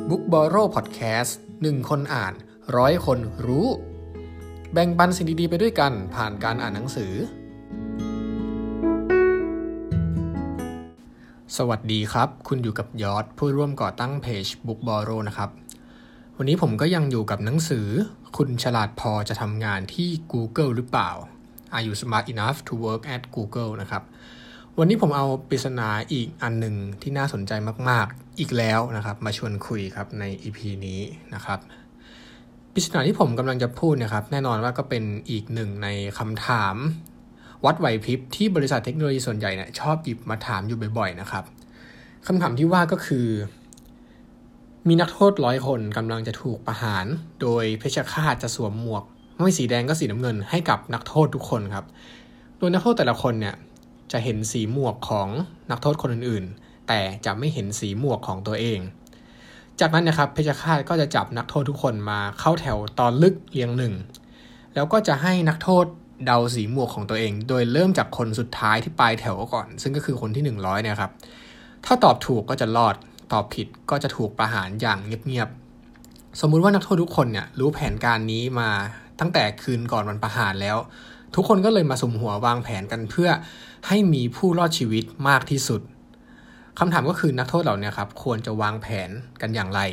Book Borrow Podcast 1 คนอ่าน100 คนรู้แบ่งปันสิ่งดีๆไปด้วยกันผ่านการอ่านหนังสือสวัสดีครับคุณอยู่กับยอดผู้ร่วมก่อตั้งเพจ Book Borrow นะครับวันนี้ผมก็ยังอยู่กับหนังสือคุณฉลาดพอจะทำงานที่ Google หรือเปล่า Are you smart enough to work at Google นะครับวันนี้ผมเอาปริศนาอีกอันหนึ่งที่น่าสนใจมากๆอีกแล้วนะครับมาชวนคุยครับใน EP นี้นะครับปริศนาที่ผมกำลังจะพูดนะครับแน่นอนว่าก็เป็นอีกหนึ่งในคำถามวัดไหวพริบที่บริษัทเทคโนโลยีส่วนใหญ่เนี่ยชอบหยิบมาถามอยู่บ่อยๆนะครับคำถามที่ว่าก็คือมีนักโทษ100 คนกำลังจะถูกประหารโดยเพชฌฆาตจะสวมหมวกไม่สีแดงก็สีน้ำเงินให้กับนักโทษทุกคนครับโดยนักโทษแต่ละคนเนี่ยจะเห็นสีหมวกของนักโทษคนอื่นๆแต่จะไม่เห็นสีหมวกของตัวเองจากนั้นนะครับเพชฌฆาตก็จะจับนักโทษทุกคนมาเข้าแถวตอนลึกเรียงหนึ่งแล้วก็จะให้นักโทษเดาสีหมวกของตัวเองโดยเริ่มจากคนสุดท้ายที่ปลายแถวก่อนซึ่งก็คือคนที่100เนี่ยครับถ้าตอบถูกก็จะรอดตอบผิดก็จะถูกประหารอย่างเงียบๆสมมุติว่านักโทษทุกคนเนี่ยรู้แผนการนี้มาตั้งแต่คืนก่อนวันประหารแล้วทุกคนก็เลยมาสุมหัววางแผนกันเพื่อให้มีผู้รอดชีวิตมากที่สุดคำถามก็คือนักโทษเหล่านี้ครับควรจะวางแผนกันอย่างไร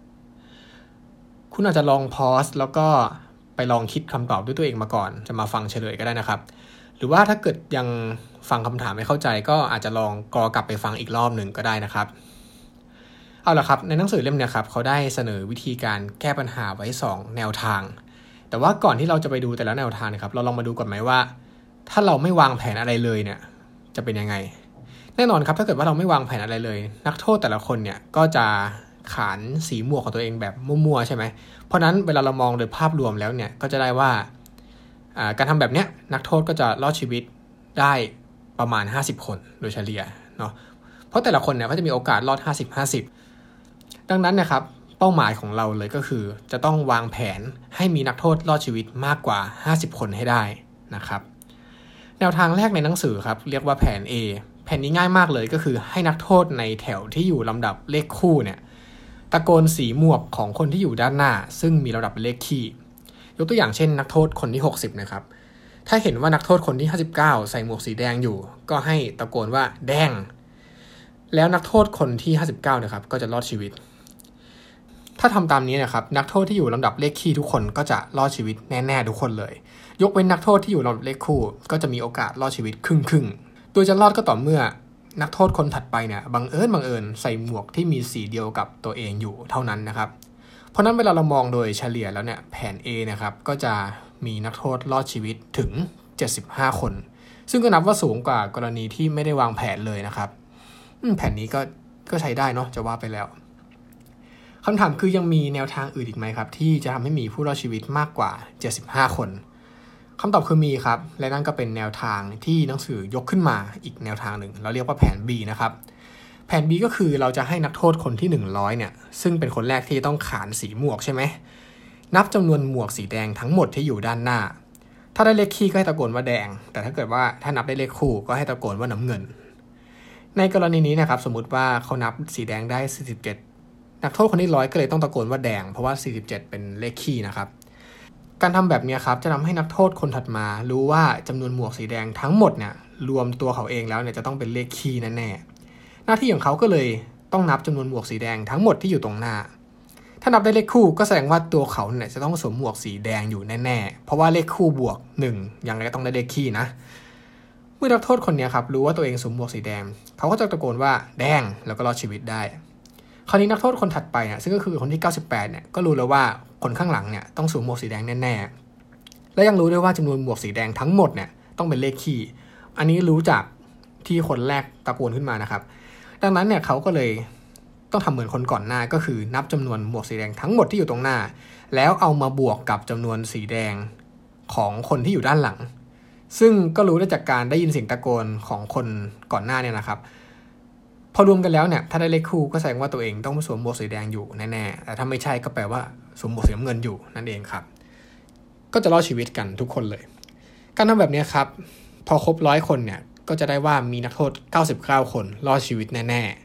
คุณอาจจะลองพอสแล้วก็ไปลองคิดคำตอบด้วยตัวเองมาก่อนจะมาฟังเฉลยก็ได้นะครับหรือว่าถ้าเกิดยังฟังคำถามไม่เข้าใจก็อาจจะลองกรอกลับไปฟังอีกรอบหนึ่งก็ได้นะครับเอาล่ะครับในหนังสือเล่มนี้ครับเขาได้เสนอวิธีการแก้ปัญหาไว้2แนวทางแต่ว่าก่อนที่เราจะไปดูแต่ละแนวทางนะครับเราลองมาดูก่อนไหมว่าถ้าเราไม่วางแผนอะไรเลยเนี่ยจะเป็นยังไงแน่นอนครับถ้าเกิดว่าเราไม่วางแผนอะไรเลยนักโทษแต่ละคนเนี่ยก็จะขานสีหมวกของตัวเองแบบมั่วๆใช่ไหมเพราะนั้นเวลาเรามองโดยภาพรวมแล้วเนี่ยก็จะได้ว่าการทำแบบเนี้ยนักโทษก็จะรอดชีวิตได้ประมาณ50 คนโดยเฉลี่ยเนาะเพราะแต่ละคนเนี่ยก็จะมีโอกาสรอด50-50ดังนั้นนะครับเป้าหมายของเราเลยก็คือจะต้องวางแผนให้มีนักโทษรอดชีวิตมากกว่า50 คนให้ได้นะครับแนวทางแรกในหนังสือครับเรียกว่าแผน A แผนนี้ง่ายมากเลยก็คือให้นักโทษในแถวที่อยู่ลำดับเลขคู่เนี่ยตะโกนสีหมวกของคนที่อยู่ด้านหน้าซึ่งมีลำดับเป็นเลขคี่ยกตัวอย่างเช่นนักโทษคนที่60นะครับถ้าเห็นว่านักโทษคนที่59ใส่หมวกสีแดงอยู่ก็ให้ตะโกนว่าแดงแล้วนักโทษคนที่59นะครับก็จะรอดชีวิตถ้าทำตามนี้นะครับนักโทษที่อยู่ลำดับเลขคี่ทุกคนก็จะรอดชีวิตแน่ๆทุกคนเลยยกเว้นนักโทษที่อยู่ลำดับเลขคู่ก็จะมีโอกาสรอดชีวิตครึ่งโดยจะรอดก็ต่อเมื่อนักโทษคนถัดไปเนี่ยบังเอิญใส่หมวกที่มีสีเดียวกับตัวเองอยู่เท่านั้นนะครับเพราะนั้นเวลาเรามองโดยเฉลี่ยแล้วเนี่ยแผน A นะครับก็จะมีนักโทษรอดชีวิตถึง75 คนซึ่งก็นับว่าสูงกว่ากรณีที่ไม่ได้วางแผนเลยนะครับแผนนี้ก็ใช้ได้เนาะจะว่าไปแล้วคำถามคือยังมีแนวทางอื่นอีกไหมครับที่จะทำให้มีผู้รอดชีวิตมากกว่า75 คนคำตอบคือมีครับและนั่นก็เป็นแนวทางที่หนังสือยกขึ้นมาอีกแนวทางหนึ่งเราเรียกว่าแผน B นะครับแผน B ก็คือเราจะให้นักโทษคนที่100เนี่ยซึ่งเป็นคนแรกที่ต้องขานสีหมวกใช่ไหมนับจำนวนหมวกสีแดงทั้งหมดที่อยู่ด้านหน้าถ้าได้เลขคี่ก็ให้ตะโกนว่าแดงแต่ถ้าเกิดว่าถ้านับได้เลขคู่ก็ให้ตะโกนว่าน้ำเงินในกรณีนี้นะครับสมมุติว่าเขานับสีแดงได้47นักโทษคนที่100ก็เลยต้องตะโกนว่าแดงเพราะว่า47เป็นเลขคี่นะครับการทำแบบนี้ครับจะทำให้นักโทษคนถัดมารู้ว่าจำนวนหมวกสีแดงทั้งหมดเนี่ยรวมตัวเขาเองแล้วเนี่ยจะต้องเป็นเลขคี่แน่ๆหน้าที่ของเขาก็เลยต้องนับจำนวนหมวกสีแดงทั้งหมดที่อยู่ตรงหน้าถ้านับได้เลขคู่ก็แสดงว่าตัวเขาเนี่ยจะต้องสวมหมวกสีแดงอยู่แน่ๆเพราะว่าเลขคู่บวก1อย่างไรก็ต้องได้เลขคี่นะเมื่อนักโทษคนนี้ครับรู้ว่าตัวเองสวมหมวกสีแดงเขาก็จะตะโกนว่าแดงแล้วก็รอดชีวิตได้คราวนี้นักโทษคนถัดไปเนี่ยซึ่งก็คือคนที่98เนี่ยก็รู้แล้วว่าคนข้างหลังเนี่ยต้องสวมหมวกสีแดงแน่ๆและยังรู้ด้วยว่าจำนวนหมวกสีแดงทั้งหมดเนี่ยต้องเป็นเลขคี่อันนี้รู้จากที่คนแรกตะโกนขึ้นมานะครับดังนั้นเนี่ยเขาก็เลยต้องทำเหมือนคนก่อนหน้าก็คือนับจำนวนหมวกสีแดงทั้งหมดที่อยู่ตรงหน้าแล้วเอามาบวกกับจำนวนสีแดงของคนที่อยู่ด้านหลังซึ่งก็รู้ได้จากการได้ยินเสียงตะโกนของคนก่อนหน้าเนี่ยนะครับพอรวมกันแล้วเนี่ยถ้าได้เลขคู่ก็แสดงว่าตัวเองต้องสวมหมวกสีแดงอยู่แน่ๆแต่ถ้าไม่ใช่ก็แปลว่าสวมหมวกสีน้ำเงินอยู่นั่นเองครับก็จะรอดชีวิตกันทุกคนเลยการทำแบบนี้ครับพอครบ100 คนเนี่ยก็จะได้ว่ามีนักโทษ99 คนรอดชีวิตแน่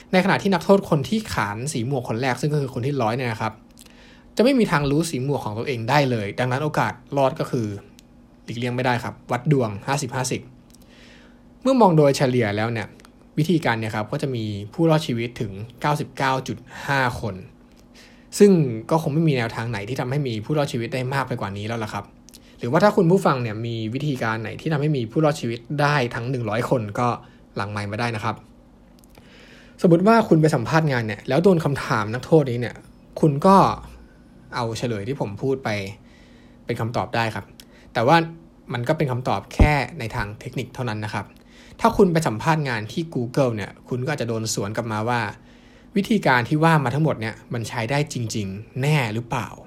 ในขณะที่นักโทษคนที่ขานสีหมวกคนแรกซึ่งก็คือคนที่100เนี่ยนะครับจะไม่มีทางรู้สีหมวกของตัวเองได้เลยดังนั้นโอกาสรอดก็คือหลีกเลี่ยงไม่ได้ครับวัดดวง 50-50 เมื่อมองโดยเฉลี่ยแล้วเนี่ยวิธีการเนี่ยครับก็จะมีผู้รอดชีวิตถึง 99.5 คนซึ่งก็คงไม่มีแนวทางไหนที่ทำให้มีผู้รอดชีวิตได้มากไปกว่านี้แล้วล่ะครับหรือว่าถ้าคุณผู้ฟังเนี่ยมีวิธีการไหนที่ทำให้มีผู้รอดชีวิตได้ทั้ง100คนก็หลังไมค์มาได้นะครับสมมติว่าคุณไปสัมภาษณ์งานเนี่ยแล้วโดนคำถามนักโทษนี้เนี่ยคุณก็เอาเฉลยที่ผมพูดไปเป็นคำตอบได้ครับแต่ว่ามันก็เป็นคำตอบแค่ในทางเทคนิคเท่านั้นนะครับถ้าคุณไปสัมภาษณ์งานที่ Google เนี่ยคุณก็อาจจะโดนสวนกลับมาว่าวิธีการที่ว่ามาทั้งหมดเนี่ยมันใช้ได้จริงๆแน่หรือเปล่า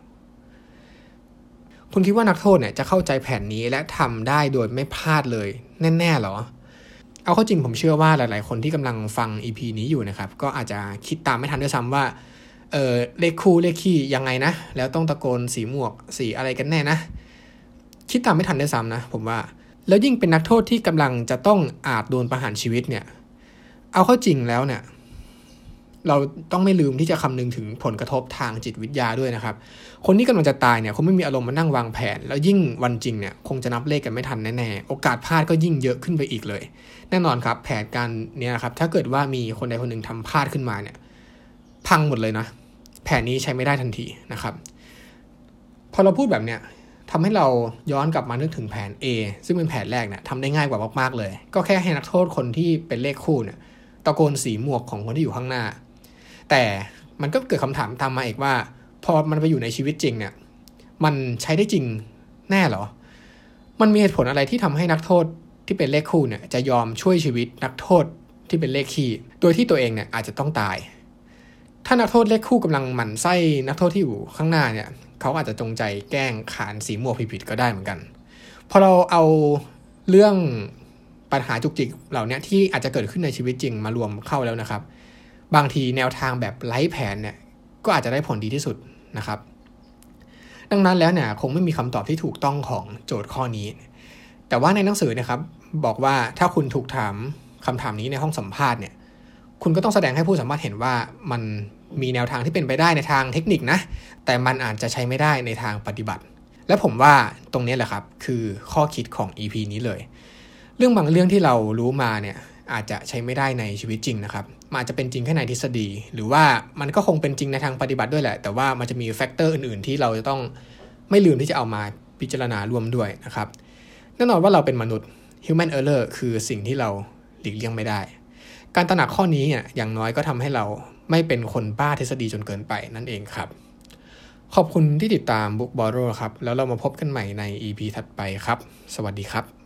คุณคิดว่านักโทษเนี่ยจะเข้าใจแผนนี้และทำได้โดยไม่พลาดเลยแน่ๆหรอเอาเข้าจริงผมเชื่อว่าหลายๆคนที่กำลังฟัง EP นี้อยู่นะครับก็อาจจะคิดตามไม่ทันด้วยซ้ำว่าเลขคู่เลขคี่ยังไงนะแล้วต้องตะโกนสีหมวกสีอะไรกันแน่นะคิดตามไม่ทันด้วยซ้ำนะผมว่าแล้วยิ่งเป็นนักโทษที่กำลังจะต้องอาจโดนประหารชีวิตเนี่ยเอาเข้าจริงแล้วเนี่ยเราต้องไม่ลืมที่จะคำนึงถึงผลกระทบทางจิตวิทยาด้วยนะครับคนที่กำลังจะตายเนี่ยคงไม่มีอารมณ์มานั่งวางแผนแล้วยิ่งวันจริงเนี่ยคงจะนับเลขกันไม่ทันแน่ๆโอกาสพลาดก็ยิ่งเยอะขึ้นไปอีกเลยแน่นอนครับแผนการเนี่ยนะครับถ้าเกิดว่ามีคนใดคนหนึ่งทำพลาดขึ้นมาเนี่ยพังหมดเลยนะแผนนี้ใช้ไม่ได้ทันทีนะครับพอเราพูดแบบเนี้ยทำให้เราย้อนกลับมานึกถึงแผน A ซึ่งเป็นแผนแรกเนี่ยทำได้ง่ายกว่ามากๆเลยก็แค่ให้นักโทษคนที่เป็นเลขคู่เนี่ยตะโกนสีหมวกของคนที่อยู่ข้างหน้าแต่มันก็เกิดคำถามตามมาอีกว่าพอมันไปอยู่ในชีวิตจริงเนี่ยมันใช้ได้จริงแน่หรอมันมีเหตุผลอะไรที่ทำให้นักโทษที่เป็นเลขคู่เนี่ยจะยอมช่วยชีวิตนักโทษที่เป็นเลขคี่โดยที่ตัวเองเนี่ยอาจจะต้องตายถ้านักโทษเลขคู่กำลังหมั่นไส้นักโทษที่อยู่ข้างหน้าเนี่ยเขาอาจจะจงใจแกล้งขานสีหมวกผิดๆก็ได้เหมือนกันพอเราเอาเรื่องปัญหาจุกจิกเหล่านี้ที่อาจจะเกิดขึ้นในชีวิตจริงมารวมเข้าแล้วนะครับบางทีแนวทางแบบไร้แผนเนี่ยก็อาจจะได้ผลดีที่สุดนะครับดังนั้นแล้วเนี่ยคงไม่มีคำตอบที่ถูกต้องของโจทย์ข้อนี้แต่ว่าในหนังสือนะครับบอกว่าถ้าคุณถูกถามคำถามนี้ในห้องสัมภาษณ์เนี่ยคุณก็ต้องแสดงให้ผู้สัมภาษณ์เห็นว่ามันมีแนวทางที่เป็นไปได้ในทางเทคนิคนะแต่มันอาจจะใช้ไม่ได้ในทางปฏิบัติและผมว่าตรงนี้แหละครับคือข้อคิดของ EP นี้เลยเรื่องบางเรื่องที่เรารู้มาเนี่ยอาจจะใช้ไม่ได้ในชีวิตจริงนะครับมันอาจจะเป็นจริงแค่ในทฤษฎีหรือว่ามันก็คงเป็นจริงในทางปฏิบัติด้วยแหละแต่ว่ามันจะมีแฟกเตอร์อื่นๆที่เราจะต้องไม่ลืมที่จะเอามาพิจารณาร่วมด้วยนะครับแน่นอนว่าเราเป็นมนุษย์ human error คือสิ่งที่เราหลีกเลี่ยงไม่ได้การตระหนักข้อนี้เนี่ยอย่างน้อยก็ทำให้เราไม่เป็นคนบ้าทฤษฎีจนเกินไปนั่นเองครับขอบคุณที่ติดตาม Book Borrow ครับแล้วเรามาพบกันใหม่ใน EP ถัดไปครับสวัสดีครับ